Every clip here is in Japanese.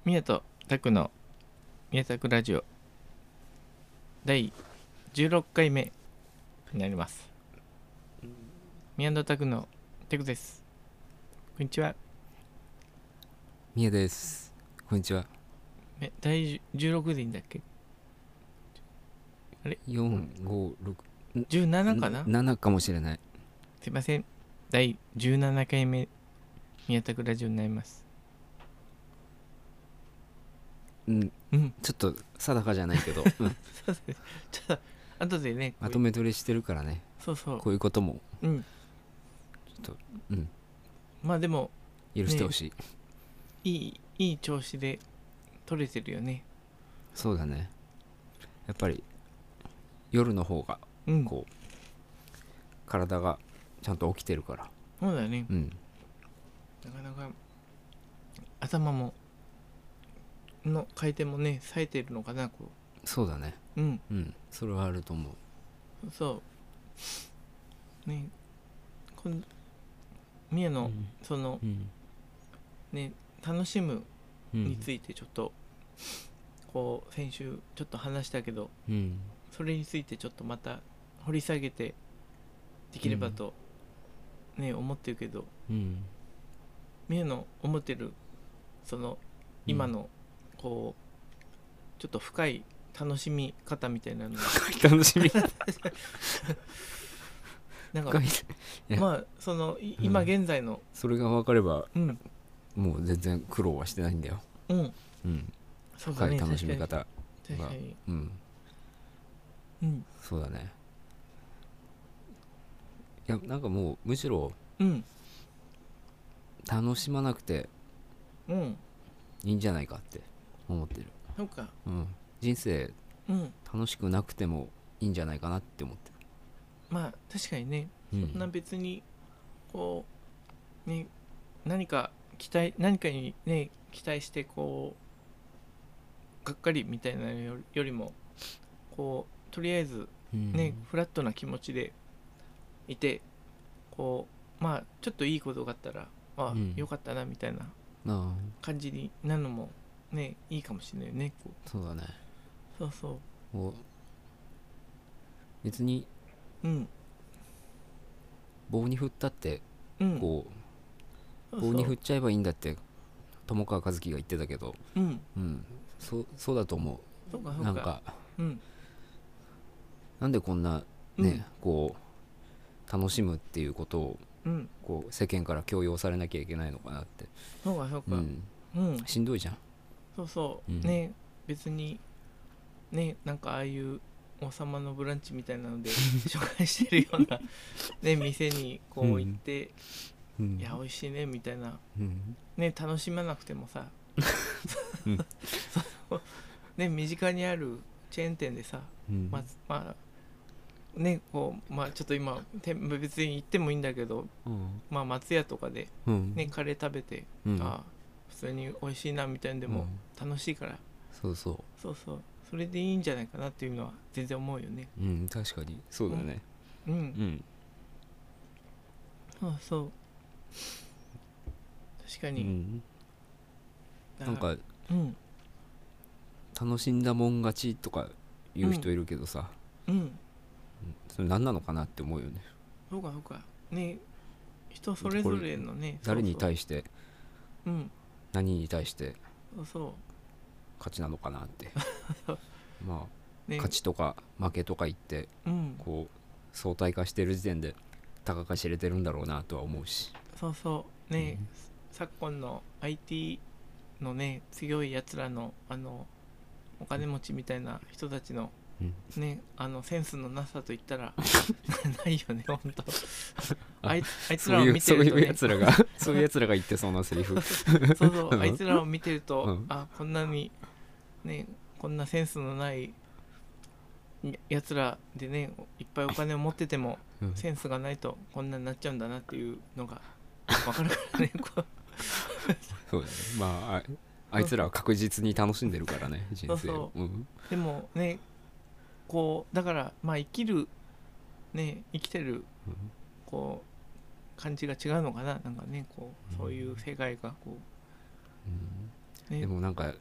宮と拓の宮拓ラジオ第16回目になります。宮と拓の拓です。こんにちは。 宮です。こんにちは。 第16でいいんだっけ？あれ 4、5、6、 17かな。 7かもしれない。 すいません。第17回目宮拓ラジオになります。 うん、ちょっと定かじゃないけど、 そうですね。ちょっと後でねまとめ取りしてるからね。 そうこういうこともちょっとまあでも許してほしい、 いい調子で撮れてるよね。 そうだね。やっぱり夜の方がこう、体がちゃんと起きてるから。 そうだね。なかなか頭もの回転もね冴えてるのかなこう。そうだね。それはあると思う。 そうね。宮のその、ね楽しむについてちょっとこう先週ちょっと話したけど、それについてちょっとまた掘り下げてできればとね思ってるけど、宮の思ってるその今のこうちょっと深い楽しみ方みたいなのが楽しみなんかまあその今現在の、 それが分かれば、もう全然苦労はしてないんだよ。 そうだね、 深い楽しみ方が。 確かにそうだね。いやなんかもうむしろ楽しまなくていいんじゃないかって思ってる。 そうか、 人生楽しくなくてもいいんじゃないかなって思ってる。 まあ確かにね、そんな別にこうね何かにね期待してこうがっかりみたいなよりもこうとりあえずね、フラットな気持ちでいてこうまあちょっといいことがあったらよかったなみたいな感じになるのもねいいかもしれないよね。 そうだね。 そう別に棒に振ったってこう棒に振っちゃえばいいんだって友川一樹が言ってたけど、そうだと思う。なんかなんでこんなね、こう楽しむっていうことをこう世間から強要されなきゃいけないのかなって。しんどいじゃん。 ね、別にねなんかああいう王様のブランチみたいなので紹介してるようなね店にこう行って、いや美味しいねみたいな、ね楽しまなくてもさね身近にあるチェーン店でさ、まあねこうまあちょっと今別に行ってもいいんだけど、まあ松屋とかでねカレー食べて、普通に美味しいなみたいなでも楽しいから、それでいいんじゃないかなっていうのは全然思うよね。 確かにそうだね。 そう確かに、 なんか楽しんだもん勝ちとか言う人いるけどさ、それ何なのかなって思うよね。 そうかね、人それぞれのね誰に対して何に対して勝ちなのかなってまあ、勝ちとか負けとか言って、こう相対化してる時点でたかが知れてるんだろうなとは思うし。 ね、昨今の IT のね強いやつらのお金持ちみたいな人たちのねセンスのなさと言ったらないよね本当。あいつらを見てると、ね、 そういうやつらが言ってそうなセリフあいつらを見てると、こんなにねこんなセンスのないやつらでねいっぱいお金を持ってても、センスがないとこんなになっちゃうんだなっていうのが分かるからねそうだね。まああいつらは確実に楽しんでるからね人生を。 でもねこうだからまあ生きてるこう感じが違うのかな、なんかねこうそういう世界がこね、でもなんか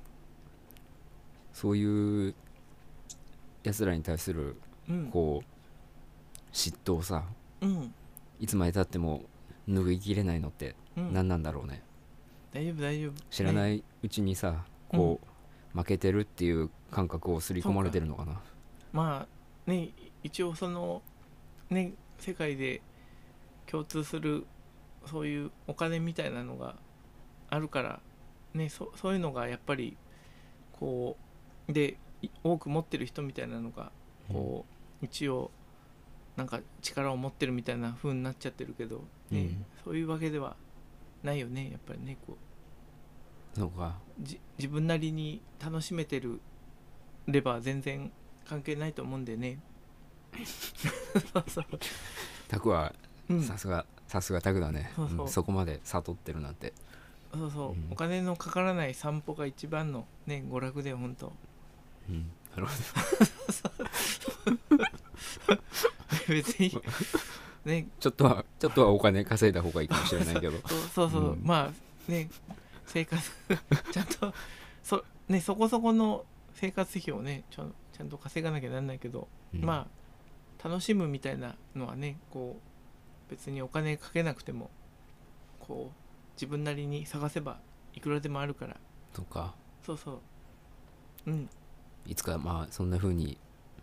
そういうやつらに対するこう嫉妬をさ、いつまでたっても拭いきれないのって何なんだろうね。 大丈夫大丈夫。 知らないうちにさ、こう負けてるっていう感覚を刷り込まれてるのかな。 まあね、一応そのね、世界で共通するそういうお金みたいなのがあるからね、そういうのがやっぱりこうで多く持ってる人みたいなのがこう、一応なんか力を持ってるみたいな風になっちゃってるけど、ね、そういうわけではないよね、やっぱりね。こうそうか、 自分なりに楽しめてるれば全然関係ないと思うんでね。 タクはさすがタクだね。そこまで悟ってるなんて。 そうそう、お金のかからない散歩が一番のね娯楽で本当。 なるほど。別にね、 ちょっとはお金稼いだ方がいいかもしれないけど。 そう、まあね、生活ちゃんとそこそこの生活費をねちゃんと稼がなきゃなんないけど、まあ楽しむみたいなのはね、こう別にお金かけなくてもこう自分なりに探せばいくらでもあるから。 そうか。 そういつかまあそんな風に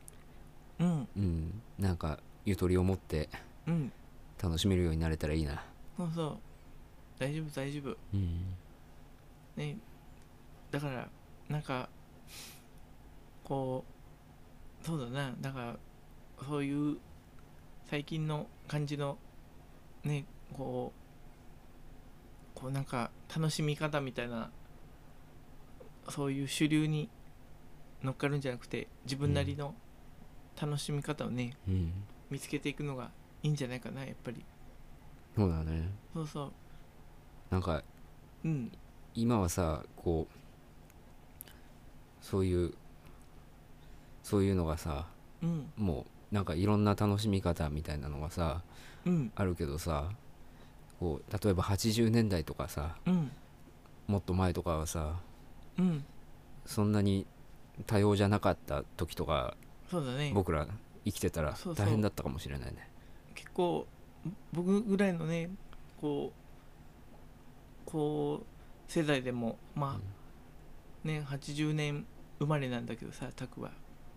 なんかゆとりを持って楽しめるようになれたらいいな。 そう大丈夫、ね、だからなんかこうそうだな、だからそういう最近の感じのね、こうなんか楽しみ方みたいな、そういう主流に乗っかるんじゃなくて自分なりの楽しみ方をね、見つけていくのがいいんじゃないかな、やっぱり。 そうだね。 そうなんか、今はさ、こうそういうのがさ、もうなんかいろんな楽しみ方みたいなのがさ、あるけどさ、こう例えば80年代とかさ、もっと前とかはさ、そんなに多様じゃなかった時とか、 そうだね、 僕ら生きてたら大変だったかもしれないね。 結構僕ぐらいのね、こう世代でもまあ、ね、80年生まれなんだけどさ、タクは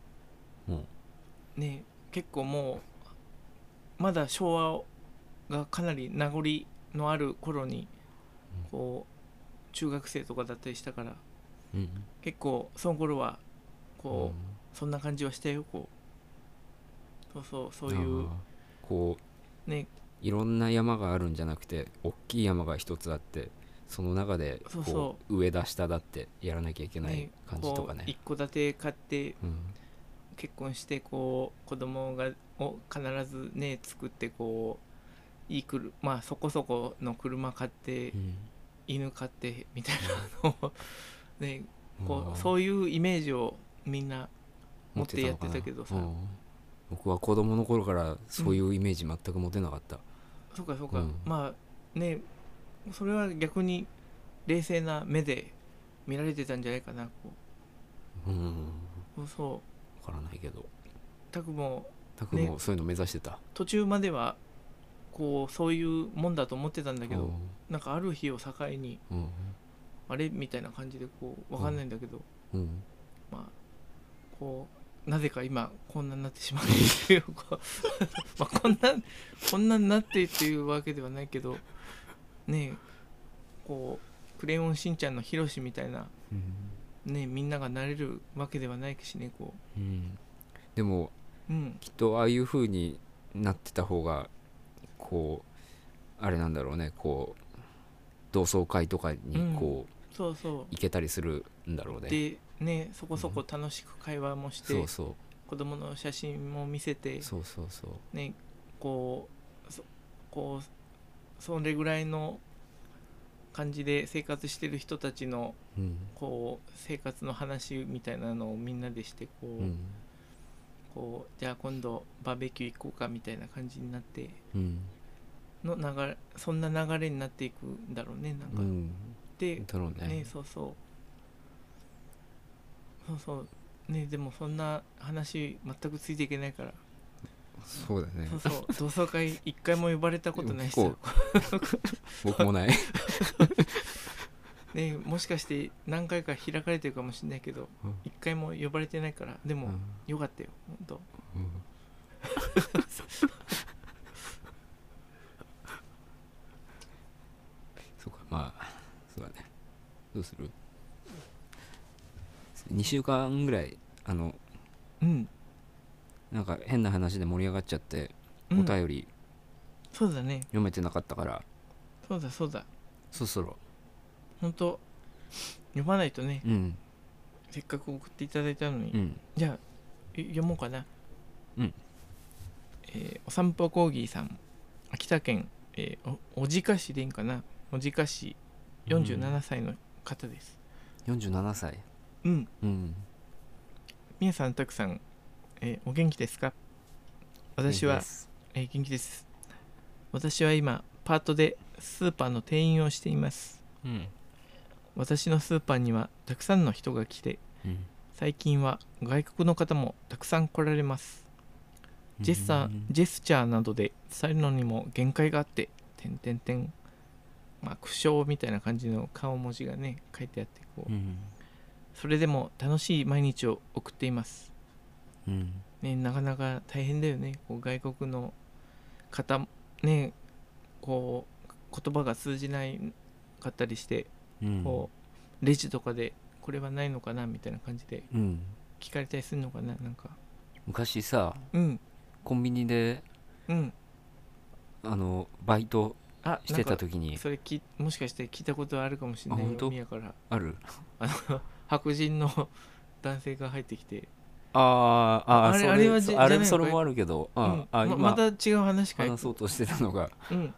ね、結構もうまだ昭和がかなり名残のある頃にこう中学生とかだったりしたから、結構その頃はこう、そんな感じはしたよ。こうそういうこうね、いろんな山があるんじゃなくて大きい山が一つあって、その中でこう上だ下だってやらなきゃいけない感じとかね。 一戸建て買って、結婚してこう子供を必ずね作って、こういいまあそこそこの車買って、犬飼ってみたいなのをね、こうそういうイメージをみんな持ってやってたけどさ、 僕は子供の頃からそういうイメージ全く持てなかった。 そうか、まあね、それは逆に冷静な目で見られてたんじゃないかな。こうそう分からないけど、 タクもそういうの目指してた。 途中まではこうそういうもんだと思ってたんだけど、なんかある日を境に、あれみたいな感じでこう分かんないんだけど、まあこうなぜか今こんなになってしまうっていうかまあこんなになってっていうわけではないけどね、こうクレヨンしんちゃんのヒロシみたいな、みんながなれるわけではないしね。こう、 でも、きっとああいう風になってた方がこうあれなんだろうね、こう同窓会とかにこう、行けたりするんだろうね。 でね、そこそこ楽しく会話もして、子供の写真も見せて、ね、こうそれぐらいの感じで生活してる人たちの、こう生活の話みたいなのをみんなでして、こうじゃあ今度バーベキュー行こうかみたいな感じになって、そんな流れになっていくんだろうね。なんか、 でだろうね。 そうね。でもそんな話全くついていけないから。 そうだね。 同窓会一回も呼ばれたことないしさ僕もないね、もしかして何回か開かれてるかもしれないけど、一回も呼ばれてないから。でも、よかったよ本当、 そうか、まあそうだね。どうする？2週間ぐらいなんか変な話で盛り上がっちゃって、お便りそうだね、 読めてなかったから、 そうだそろそろ本当読まないとね、せっかく送っていただいたのに、じゃあ読もうかな。お散歩コーギーさん、秋田県、おじか市でいいんかな、おじか市47歳の方です。 47歳。 皆さんたくさん、お元気ですか？私は元気です。私は今パートでスーパーの店員をしています。私のスーパーにはたくさんの人が来て、最近は外国の方もたくさん来られます。ジェスチャーなどで伝えるのにも限界があって、苦笑みたいな感じの顔文字がね書いてあって、それでも楽しい毎日を送っています。なかなか大変だよね、外国の方ね、言葉が通じないかったりして、レジとかでこれはないのかなみたいな感じで聞かれたりするのかな。なんか昔さ、コンビニでバイトしてた時に、 それもしかして聞いたことあるかもしれないよ。宮からある白人の男性が入ってきて、 あれはそれもあるけど、 また違う話か。 話そうとしてたのが、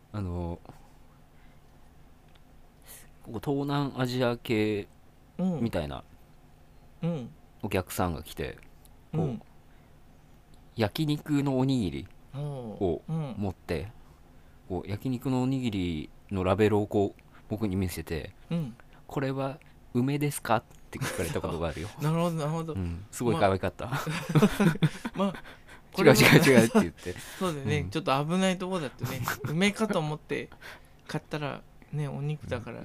ここ東南アジア系みたいなお客さんが来て、焼肉のおにぎりを持って、焼肉のおにぎりのラベルを僕に見せて、これは梅ですかって聞かれたことがあるよ。 なるほどなるほど、 すごい可愛かった。違うって言って。 そうだよね、ちょっと危ないとこだってね。梅かと思って買ったらね、お肉だから。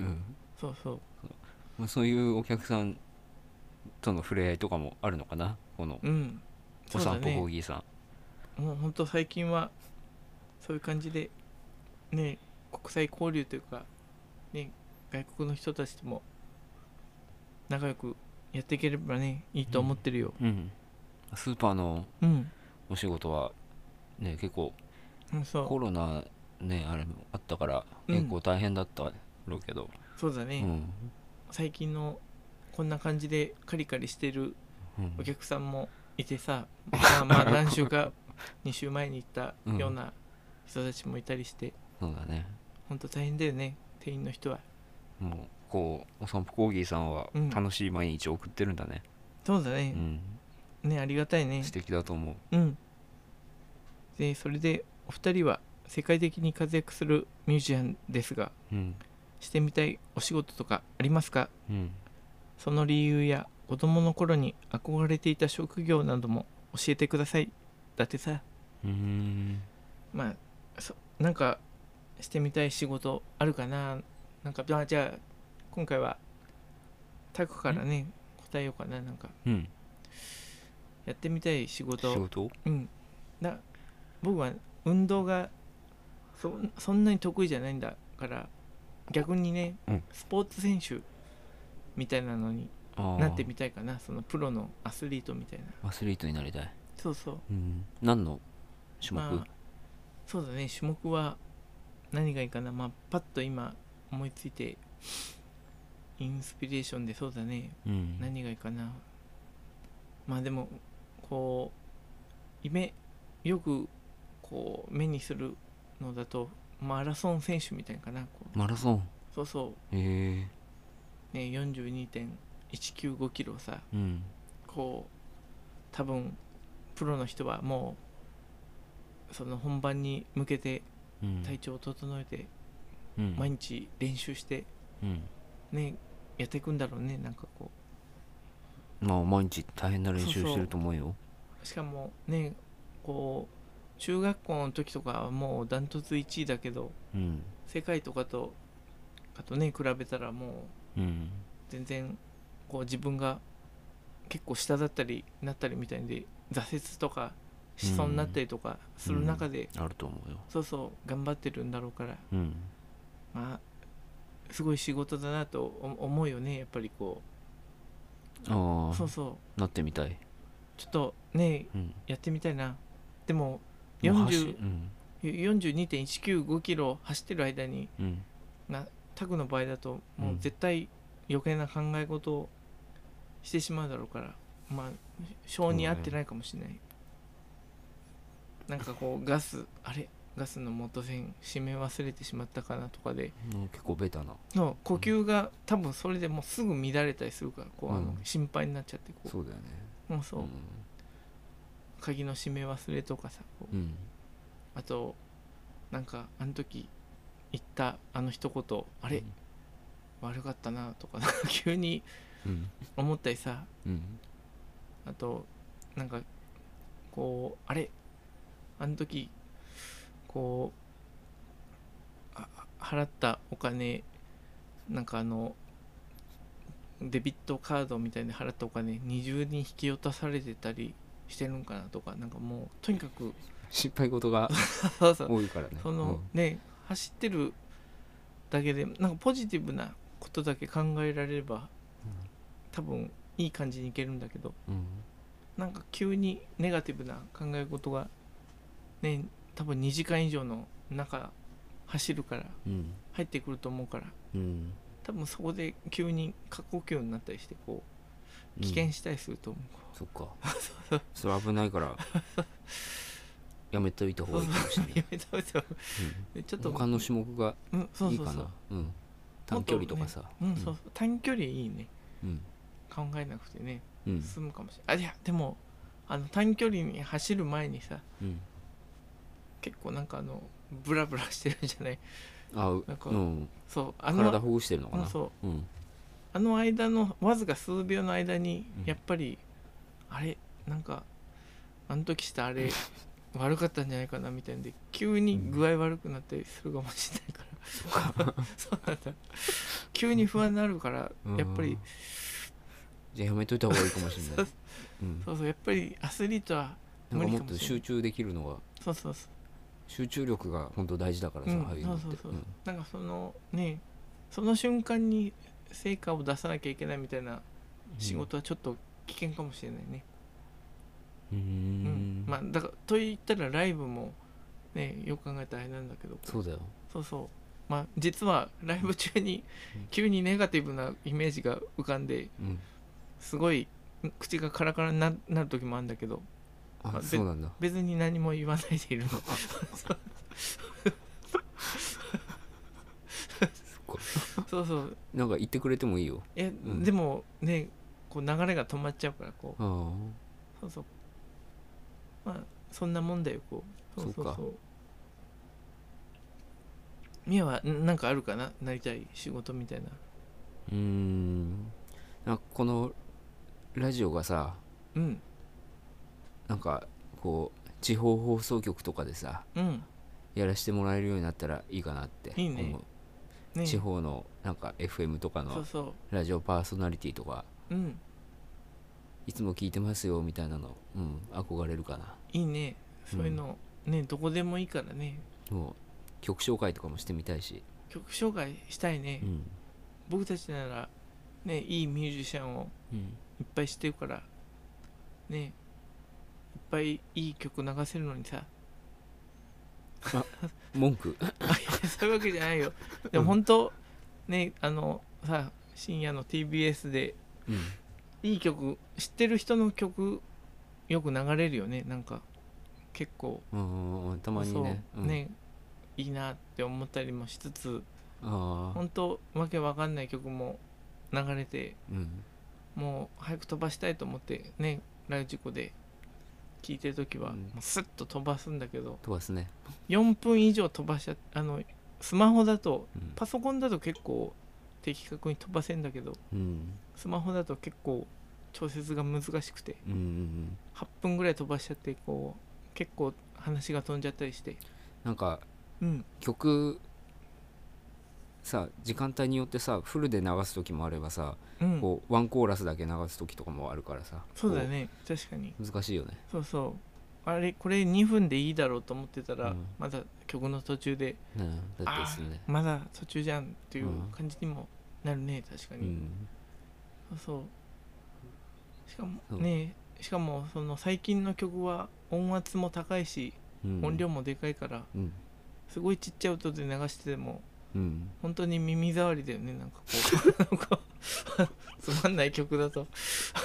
そういうお客さんとの触れ合いとかもあるのかな、このお散歩コーギーさん。もうほんと最近はそういう感じでね、国際交流というかね、外国の人たちとも仲良くやっていければね、いいと思ってるよ。 スーパーのお仕事はね、結構コロナね、あれもあったから結構大変だったろうけど、 そうだね、最近のこんな感じでカリカリしてるお客さんもいてさ、何週か2週前に行ったような人たちもいたりして、 そうだね、 ほんと大変だよね、店員の人は。 もうお散歩コーギーさんは楽しい毎日を送ってるんだね。 そうだね、ね、ありがたいね。 素敵だと思う。 でそれでお二人は世界的に活躍するミュージシャンですが、してみたいお仕事とかありますか？その理由や子供の頃に憧れていた職業なども教えてください。だってさ、なんかしてみたい仕事あるかな。なんかじゃあ今回はタクからね答えようかな。なんか、やってみたい仕事、僕は運動がそんなに得意じゃないんだから、逆にね、スポーツ選手みたいなのになってみたいかな。そのプロのアスリートみたいな。 アスリートになりたい。 そうそう、 何の種目？ そうだね、種目は何がいいかな。パッと今思いついてインスピレーションで、そうだね、何がいいかな。でもよく目にするのだとマラソン選手みたいかな。 マラソン、 そうね、42.195 キロさ、多分プロの人はもうその本番に向けて体調を整えて、毎日練習して、 ねやっていくんだろうね。なんかこうまあ毎日大変な練習してると思うよ。 そうしかもねこう中学校の時とかはもうダントツ1位だけど、 うん、 世界とかとね比べたらもう全然こう自分が結構下だったりなったりみたいで挫折とかしそうになったりとかする中で、 あると思うよ。 そうそう頑張ってるんだろうから、まあすごい仕事だなと思うよね。やっぱりこうそうそうなってみたい。 ちょっとね、やってみたいな。でも42.195 キロ走ってる間に、タグの場合だともう絶対余計な考え事をしてしまうだろうから、まあ性に合ってないかもしれない。なんかこうガスの元栓閉め忘れてしまったかなとかで、 結構ベタなの呼吸が多分それでもうすぐ乱れたりするからこう、心配になっちゃってこう。 そうだよね。 もうそう、鍵の閉め忘れとかさこう、あとなんかあの時言ったあの一言あれ、悪かったなとか急に思ったりさ、あとなんかこうあれあの時こう払ったお金なんかデビットカードみたいに払ったお金二重に引き落とされてたりしてるんかなとか、なんかもうとにかく心配事が多いからね。 そのね走ってるだけでなんかポジティブなことだけ考えられれば、多分いい感じにいけるんだけど、なんか急にネガティブな考え事がね多分2時間以上の中走るから入ってくると思うから、多分そこで急に過呼吸になったりしてこう危険したりすると思う。 そっかそれ危ないからやめといた方がいいかもしれない。 やめといた方がいい。ちょっと他の種目がいいかな。短距離とかさ。 そう短距離いいね。考えなくてね済むかもしれない。いやでも短距離に走る前にさ、結構なんかブラブラしてるんじゃない？なんかそう体ほぐしてるのかな。 そう間のわずか数秒の間にやっぱりあれなんかあの時したあれ悪かったんじゃないかなみたいなんで急に具合悪くなったりするかもしれないからそうなんだ。急に不安になるからやっぱりじゃあやめといた方がいいかもしれない。 そうやっぱりアスリートは無理かもしれない。なんかもっと集中できるのが集中力が本当大事だからさ、ああいうのって。 なんかその瞬間に成果を出さなきゃいけないみたいな仕事はちょっと危険かもしれないね。まあだからと言ったらライブもねよく考えたらあれなんだけど、 そうだよ。 まあ実はライブ中に急にネガティブなイメージが浮かんで、すごい口がカラカラになる時もあるんだけど、 そうなんだ。 別に何も言わないでいるの。そうなんか言ってくれてもいいよ。 でもねこう流れが止まっちゃうからこうまあそんなもんだよこう。そうみやはなんかあるかな、なりたい仕事みたいな。 なんかこのラジオがさ、なんかこう地方放送局とかでさ、やらせてもらえるようになったらいいかなって思う。いいね。地方のなんか FM とかのラジオパーソナリティとか、いつも聞いてますよみたいなの、憧れるかな。 いいね。そういうのねどこでもいいからね。 曲紹介とかもしてみたいし。 曲紹介したいね。僕たちならねいいミュージシャンをいっぱい知ってるからね、いっぱいいい曲流せるのにさ。 文句そういうわけじゃないよ。でも本当ねさ深夜の TBS でいい曲知ってる人の曲よく流れるよね。なんか結構たまにねいいなって思ったりもしつつ、本当わけわかんない曲も流れて、もう早く飛ばしたいと思ってねラジコで聞いてるときはもうスッと飛ばすんだけど、 飛ばすね。 4分以上飛ばしちゃスマホだと、パソコンだと結構的確に飛ばせんだけど、 うん、 スマホだと結構調節が難しくて、 うんうんうん、 8分ぐらい飛ばしちゃってこう結構話が飛んじゃったりして、 なんか、 うん、 曲さ時間帯によってさフルで流す時もあればさ、 うん、 こうワンコーラスだけ流す時とかもあるからさ、 そうだね、確かに難しいよね。 そうそう、あれこれ2分でいいだろうと思ってたら、 うん、 まだ曲の途中で、 だってですね、 まだ途中じゃんっていう感じにもなるね、確かに、 うん、 そうしかもね、しかもその最近の曲は音圧も高いし、うん、音量もでかいから、うん、すごいちっちゃい音で流してても、うん、本当に耳障りだよね、なんかこうつまんない曲だと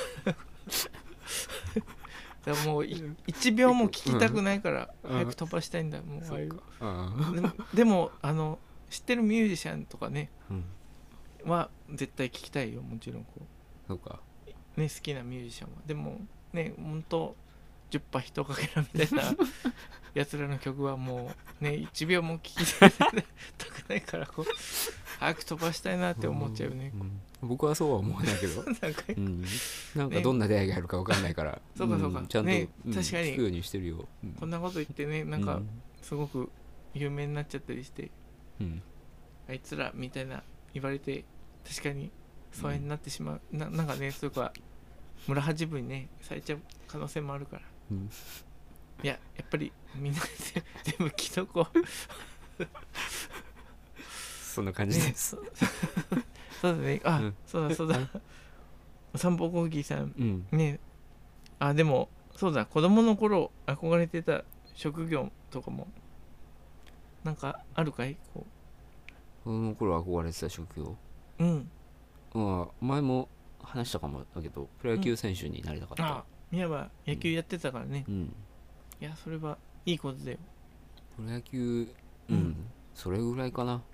だからもう1秒も聴きたくないから早く飛ばしたいんだ、もうああいうでも知ってるミュージシャンとかね、は絶対聴きたいよ、もちろんこうそうか、 ね、好きなミュージシャンは。でもね、ほんと10波1かけらみたいなやつらの曲はもうね1秒も聴きたくないから、こう早く飛ばしたいなって思っちゃうね、 僕はそうは思わないけどなんかどんな出会いがあるか分かんないから、ね、 そうかそうか、 ちゃんと、 ね、確かに聞くようにしてるよ、 こんなこと言ってね、なんかすごく有名になっちゃったりして、あいつらみたいな言われて、確かに疎遠になってしまう、なんかね、そういうか村八分にねされちゃう可能性もあるから、いや、やっぱりみんな全部聞いとこうそんな感じです、 そうだね、そうだ散歩コーギーさん、ね、でもそうだ、子供の頃憧れてた職業とかもなんかあるかい？こう子供の頃憧れてた職業、前も話したかもだけど、プロ野球選手になりたかった。 宮は野球やってたからね、いや、それはいいことだよ。 プロ野球、それぐらいかな。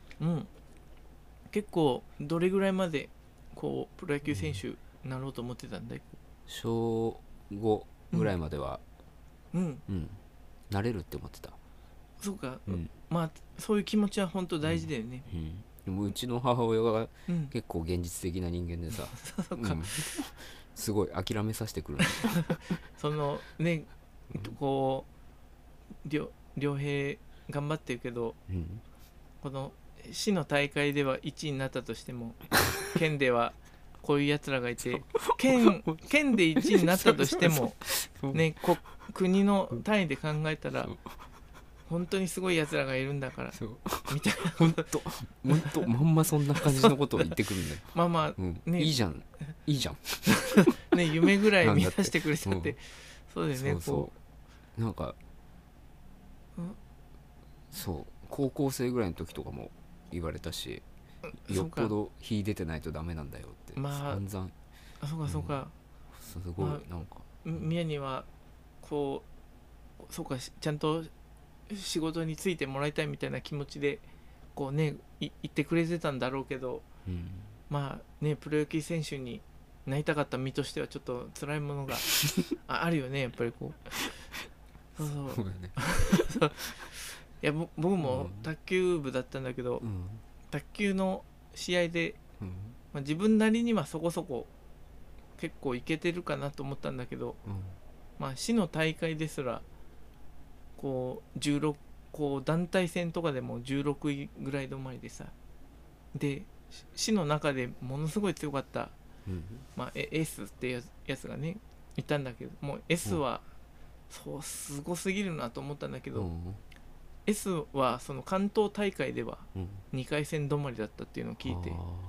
結構どれぐらいまでこうプロ野球選手になろうと思ってたんだい？ 小5ぐらいまではなれるって思ってた。 そうか、まあそういう気持ちは本当大事だよね。 でもうちの母親が結構現実的な人間でさ、すごい諦めさせてくるそのね、こう良平頑張ってるけど、この市の大会では1位になったとしても県ではこういうやつらがいて、県で1位になったとしてもね、国の単位で考えたら本当にすごいやつらがいるんだからみたいな、 本当まんまそんな感じのことを言ってくるんだよまあ、ね、 いいじゃんね、夢ぐらい見出してくれたって、そうですね、 そうなんか、そう高校生ぐらいの時とかも言われたし、よっぽど火出てないとダメなんだよって散々。 そうか、 すごいなんか宮にはこうそうか、ちゃんと仕事に就いてもらいたいみたいな気持ちでこうね言ってくれてたんだろうけど、まあね、プロ野球選手になりたかった身としてはちょっと辛いものがあるよね、やっぱりこう。そうねいや僕も卓球部だったんだけど、卓球の試合で、自分なりにはそこそこ結構いけてるかなと思ったんだけど、市の大会ですらこう16こう団体戦とかでも16位ぐらい止まりでさ、で市の中でものすごい強かった、S ってやつがねいたんだけど、もう S は、そうすごすぎるなと思ったんだけど、S はその関東大会では2回戦止まりだったっていうのを聞いて、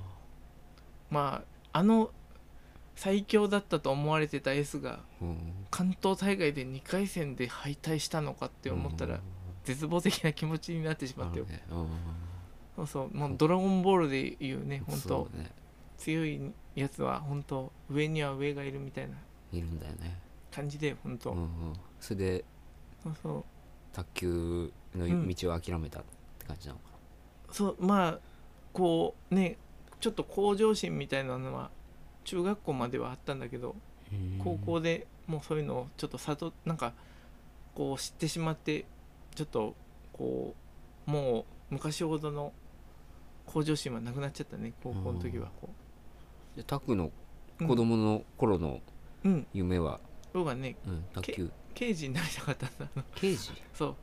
最強だったと思われてた S が関東大会で2回戦で敗退したのかって思ったら絶望的な気持ちになってしまったよ。そうもうドラゴンボールでいうね、本当強いやつは本当上には上がいるみたいないるんだよね感じで、本当、 それで卓球の道を諦めたって感じなのかな。 そうこうね、ちょっと向上心みたいなのは中学校まではあったんだけど、高校でもうそういうのをちょっとなんかこう知ってしまって、ちょっとこうもう昔ほどの向上心はなくなっちゃったね、高校の時はこう。でタクの子供の頃の夢は、 僕はね、 卓球刑事になりたかったんだ。 刑事？ そう、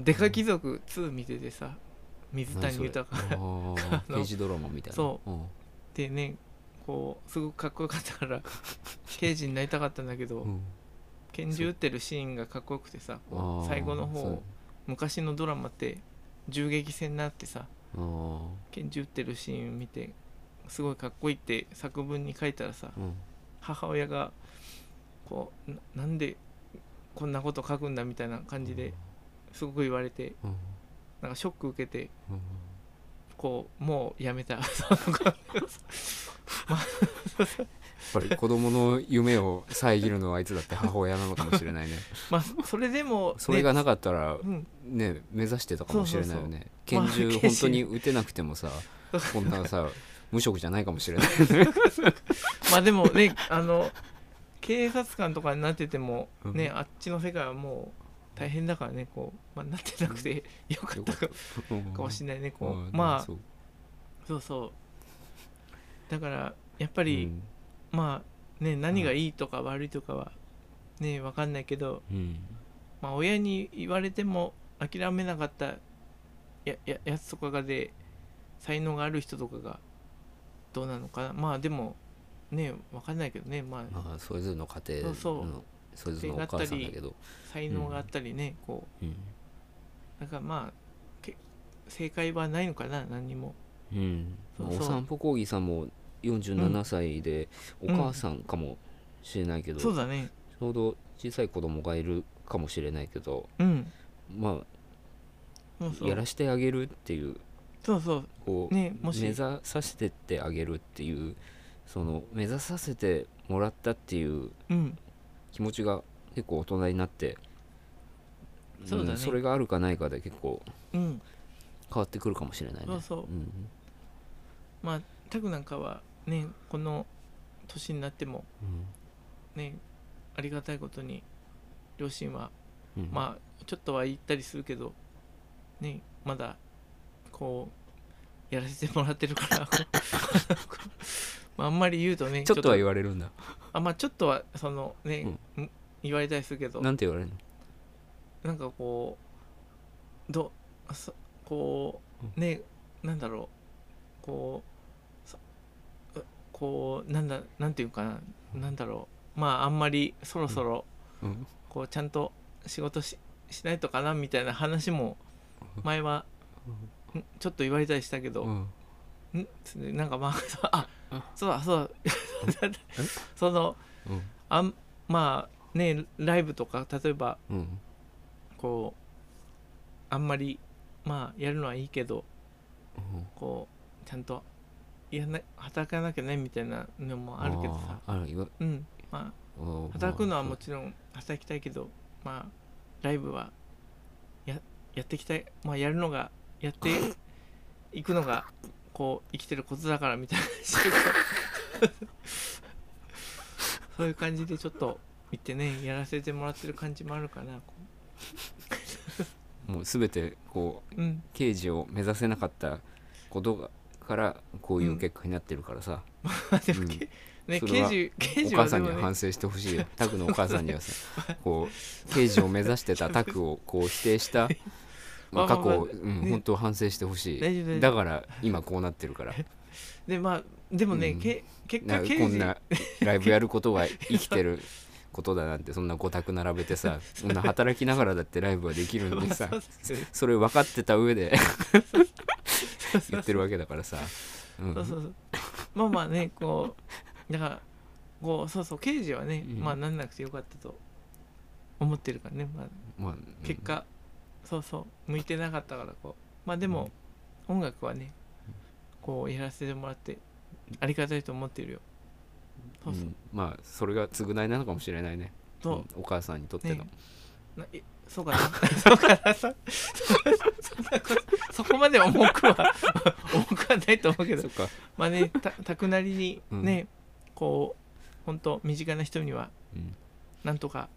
デカ貴族2見ててさ、水谷豊刑事ドラマみたいな。 そうでね、こうすごくかっこよかったから刑事になりたかったんだけど、拳銃撃ってるシーンがかっこよくてさ、最後の方昔のドラマって銃撃戦になってさ、拳銃撃ってるシーン見てすごいかっこいいって作文に書いたらさ、母親がこうなんでこんなこと書くんだみたいな感じですごく言われて、なんかショック受けて、こうもうやめた。やっぱり子供の夢を遮るのはあいつだって母親なのかもしれないね。 まあそれでも、ね、 それがなかったらね、目指してたかもしれないよね。拳銃本当に撃てなくてもさ、こんなさ無職じゃないかもしれない。 まあでもね、警察官とかになっててもね、あっちの世界はもう大変だからね、こう、まあ、なってなくてよかったかもしれないね。こうまあそうそう、だからやっぱり、まあね、何がいいとか悪いとかはね分かんないけど、まあ親に言われても諦めなかったやつとかがで才能がある人とかがどうなのかな。まあでもね分かんないけどね、まあそれぞれの家庭のそれぞれのお母さんだけど才能があったりね、こう、だからまあ正解はないのかな、何にも。 お散歩講義さんも47歳でお母さんかもしれないけど、 そうだね、 ちょうど小さい子供がいるかもしれないけど、まあやらしてあげるっていう、こうね、目指させてってあげるっていう、その目指させてもらったっていう気持ちが結構大人になって、それがあるかないかで結構変わってくるかもしれないね。 まあタクなんかはね、この年になってもね、ありがたいことに両親は、まあちょっとは言ったりするけどね、まだこうやらせてもらってるからまあ、あんまり言うとね、 ちょっとは言われるんだ。 まあちょっとはそのね、言われたりするけど、 なんて言われるの？ なんかこうこうね、なんだろう、こうなんていうかな、なんだろう、まああんまりそろそろこうちゃんと仕事 しないとかなみたいな話も前はちょっと言われたりしたけど、なんかまあそうそのまあね、ライブとか例えばこうあんまりまあやるのはいいけど、こうちゃんと働かなきゃねみたいなのもあるけどさ、まあ働くのはもちろん働きたいけど、まあライブはやっていきたい、まあやるのがやっていくのがこう生きてることだからみたいなそういう感じでちょっと言ってね、やらせてもらってる感じもあるかな。 もう全てこう、刑事を目指せなかったことがからこういう結果になってるからさ、 ね、 刑事お母さんには反省してほしいよ。タクのお母さんにはさこう刑事を目指してたタクをこう否定した過去を本当反省してほしい。だから今こうなってるからでまあでもね、結果こんなライブやることが生きてることだなんて、そんな5択並べてさ、そんな働きながらだってライブはできるのにさそれ分かってた上で言ってるわけだからさ、まあまあね、こうだからこう刑事はね、まあなんなくてよかったと思ってるからね、まあ結果向いてなかったからこう、まあでも音楽はねこうやらせてもらってありがたいと思ってるよ。 まあそれが償いなのかもしれないね、お母さんにとっての、 そうかなそうかなそこまで重くはないと思うけど、まあね、たくなりにね、こう本当身近な人にはなんとか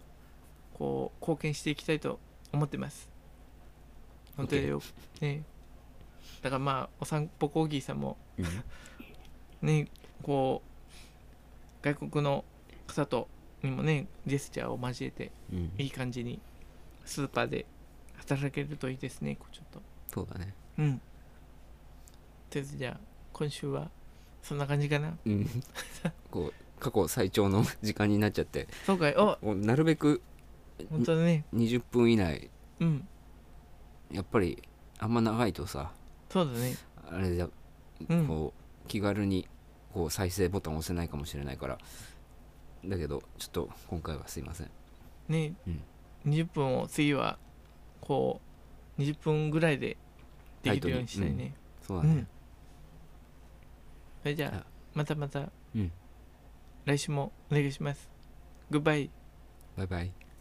こう貢献していきたいと思ってます。本当によね。 だからまあお散歩コーギーさんも、 うん、 ねこう外国の方とにもねジェスチャーを交えて、 うん、 いい感じにスーパーで働けるといいですね。ちょっとそうだね。 うん。とりあえずじゃあ今週はそんな感じかな。 うん。こう過去最長の時間になっちゃって。 そうかい。お、 なるべく本当だね。 20分以内。 うん。 やっぱりあんま長いとさ。 そうだね。 あれだ、 うん、 こう気軽にこう再生ボタンを押せないかもしれないから。だけどちょっと今回はすいません。 ね、うん、20分を次はこう20分ぐらいでできるようにしたいね。 うん、そうだね。 それじゃあまたまた、 うん、 来週もお願いします。グッバイ。 バイバイ。